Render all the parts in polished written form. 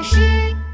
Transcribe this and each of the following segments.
巴士。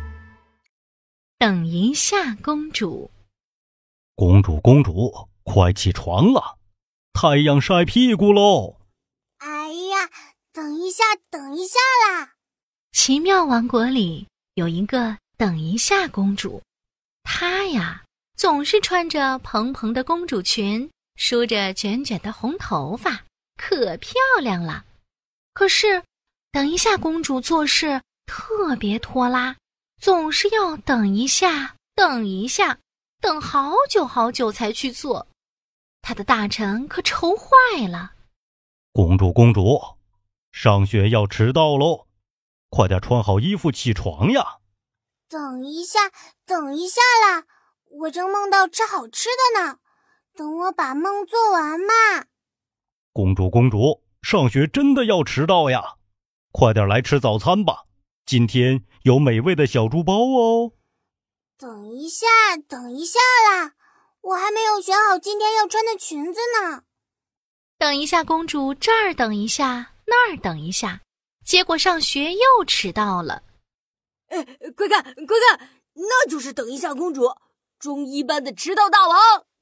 等一下，公主。 公主，公主，快起床了，太阳晒屁股喽！ 哎呀，等一下，等一下啦！ 奇妙王国里有一个等一下公主，她呀，总是穿着蓬蓬的公主裙，梳着卷卷的红头发，可漂亮了。可是，等一下公主做事特别拖拉，总是要等一下，等一下，等好久好久才去做。她的大臣可愁坏了。 公主，公主，上学要迟到喽，快点穿好衣服起床呀！ 等一下，等一下啦！我正梦到吃好吃的呢，等我把梦做完嘛。 公主，公主，上学真的要迟到呀！快点来吃早餐吧，今天有美味的小猪包哦。 等一下，等一下啦！我还没有选好今天要穿的裙子呢。 等一下公主这儿等一下，那儿等一下，结果上学又迟到了。 快看，快看，那就是等一下公主，中一班的迟到大王。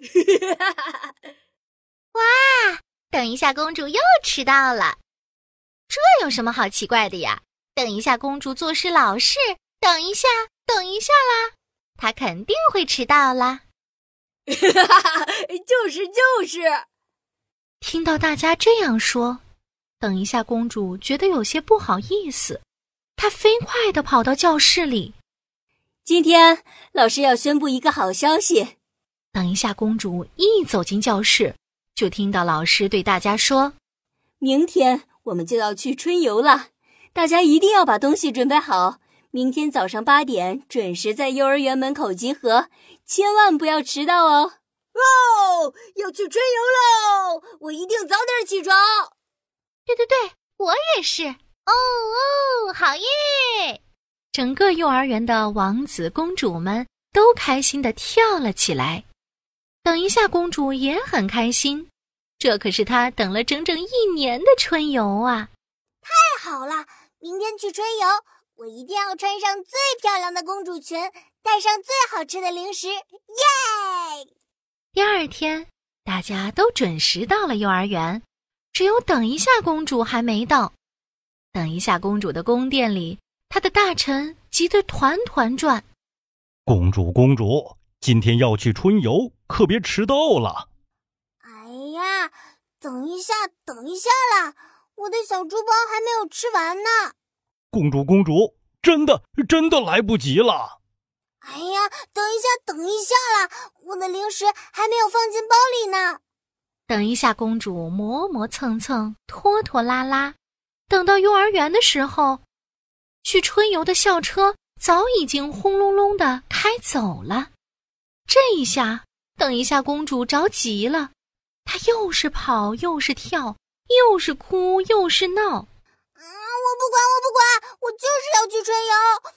哇，等一下公主又迟到了，这有什么好奇怪的呀？等一下公主做事老实，等一下，等一下啦，她肯定会迟到啦。 就是。 听到大家这样说，等一下公主觉得有些不好意思，她飞快地跑到教室里。 今天老师要宣布一个好消息。 等一下公主一走进教室，就听到老师对大家说， 明天我们就要去春游了，大家一定要把东西准备好，明天早上8点准时在幼儿园门口集合，千万不要迟到哦。哦，要去春游喽！我一定早点起床。 对，我也是。哦，好耶！ 整个幼儿园的王子公主们都开心地跳了起来。等一下公主也很开心，这可是她等了整整1年的春游啊！ 太好了，明天去春游，我一定要穿上最漂亮的公主裙，带上最好吃的零食，耶！ 第二天，大家都准时到了幼儿园，只有等一下公主还没到。等一下公主的宫殿里，她的大臣急得团团转。 公主，公主，今天要去春游，可别迟到了。 哎呀，等一下，等一下啦！我的小猪包还没有吃完呢。 公主，公主，真的来不及了。 哎呀，等一下，等一下啦！我的零食还没有放进包里呢。 等一下公主磨磨蹭蹭，拖拖拉拉，等到幼儿园的时候，去春游的校车早已经轰隆隆地开走了。这一下，等一下公主着急了，她又是跑又是跳，又是哭又是闹。 我不管，我就是要去春游。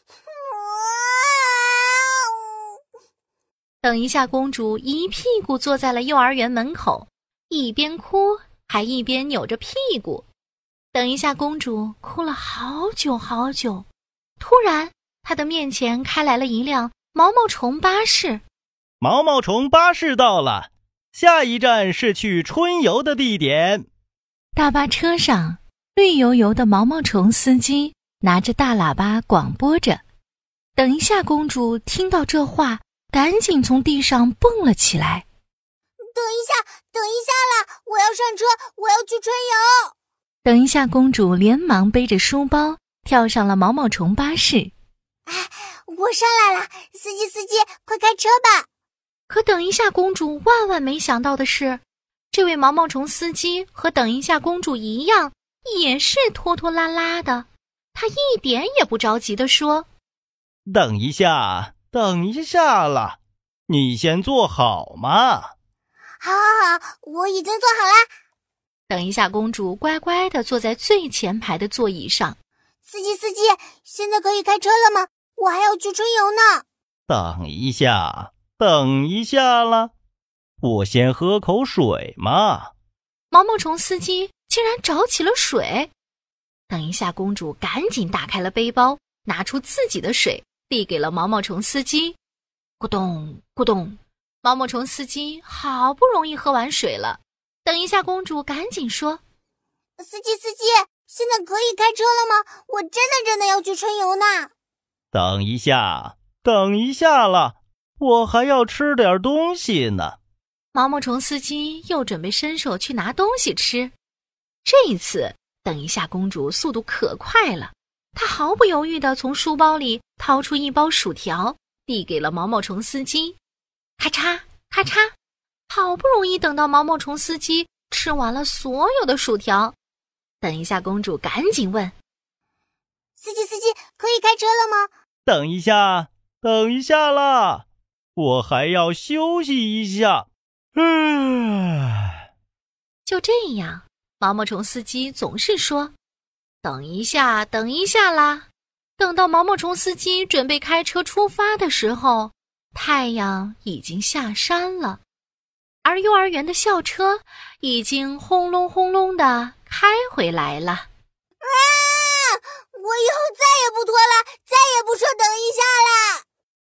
等一下公主一屁股坐在了幼儿园门口，一边哭还一边扭着屁股。等一下公主哭了好久好久，突然她的面前开来了一辆毛毛虫巴士。 毛毛虫巴士到了，下一站是去春游的地点。 大巴车上，绿油油的毛毛虫司机拿着大喇叭广播着。等一下公主听到这话，赶紧从地上蹦了起来。 等一下啦！我要上车，我要去春游。 等一下公主连忙背着书包跳上了毛毛虫巴士。 我上来了，司机，快开车吧！ 可等一下公主万万没想到的是，这位毛毛虫司机和等一下公主一样，也是拖拖拉拉的。他一点也不着急地说， 等一下了，你先坐好嘛。 好，我已经坐好啦。 等一下公主乖乖地坐在最前排的座椅上。 司机，现在可以开车了吗？我还要去春游呢。 等一下啦，我先喝口水嘛。 毛毛虫司机竟然找起了水。等一下公主赶紧打开了背包， 拿出自己的水递给了毛毛虫司机。咕咚咕咚，毛毛虫司机好不容易喝完水了。等一下，公主赶紧说： 司机，现在可以开车了吗？我真的要去春游呢。 等一下了，我还要吃点东西呢。 毛毛虫司机又准备伸手去拿东西吃。这一次，等一下公主速度可快了，她毫不犹豫地从书包里掏出一包薯条，递给了毛毛虫司机。咔嚓咔嚓，好不容易等到毛毛虫司机吃完了所有的薯条。等一下公主赶紧问： 司机，可以开车了吗？ 等一下啦，我还要休息一下。 就这样，毛毛虫司机总是说：等一下啦。等到毛毛虫司机准备开车出发的时候，太阳已经下山了，而幼儿园的校车已经轰隆轰隆地开回来了。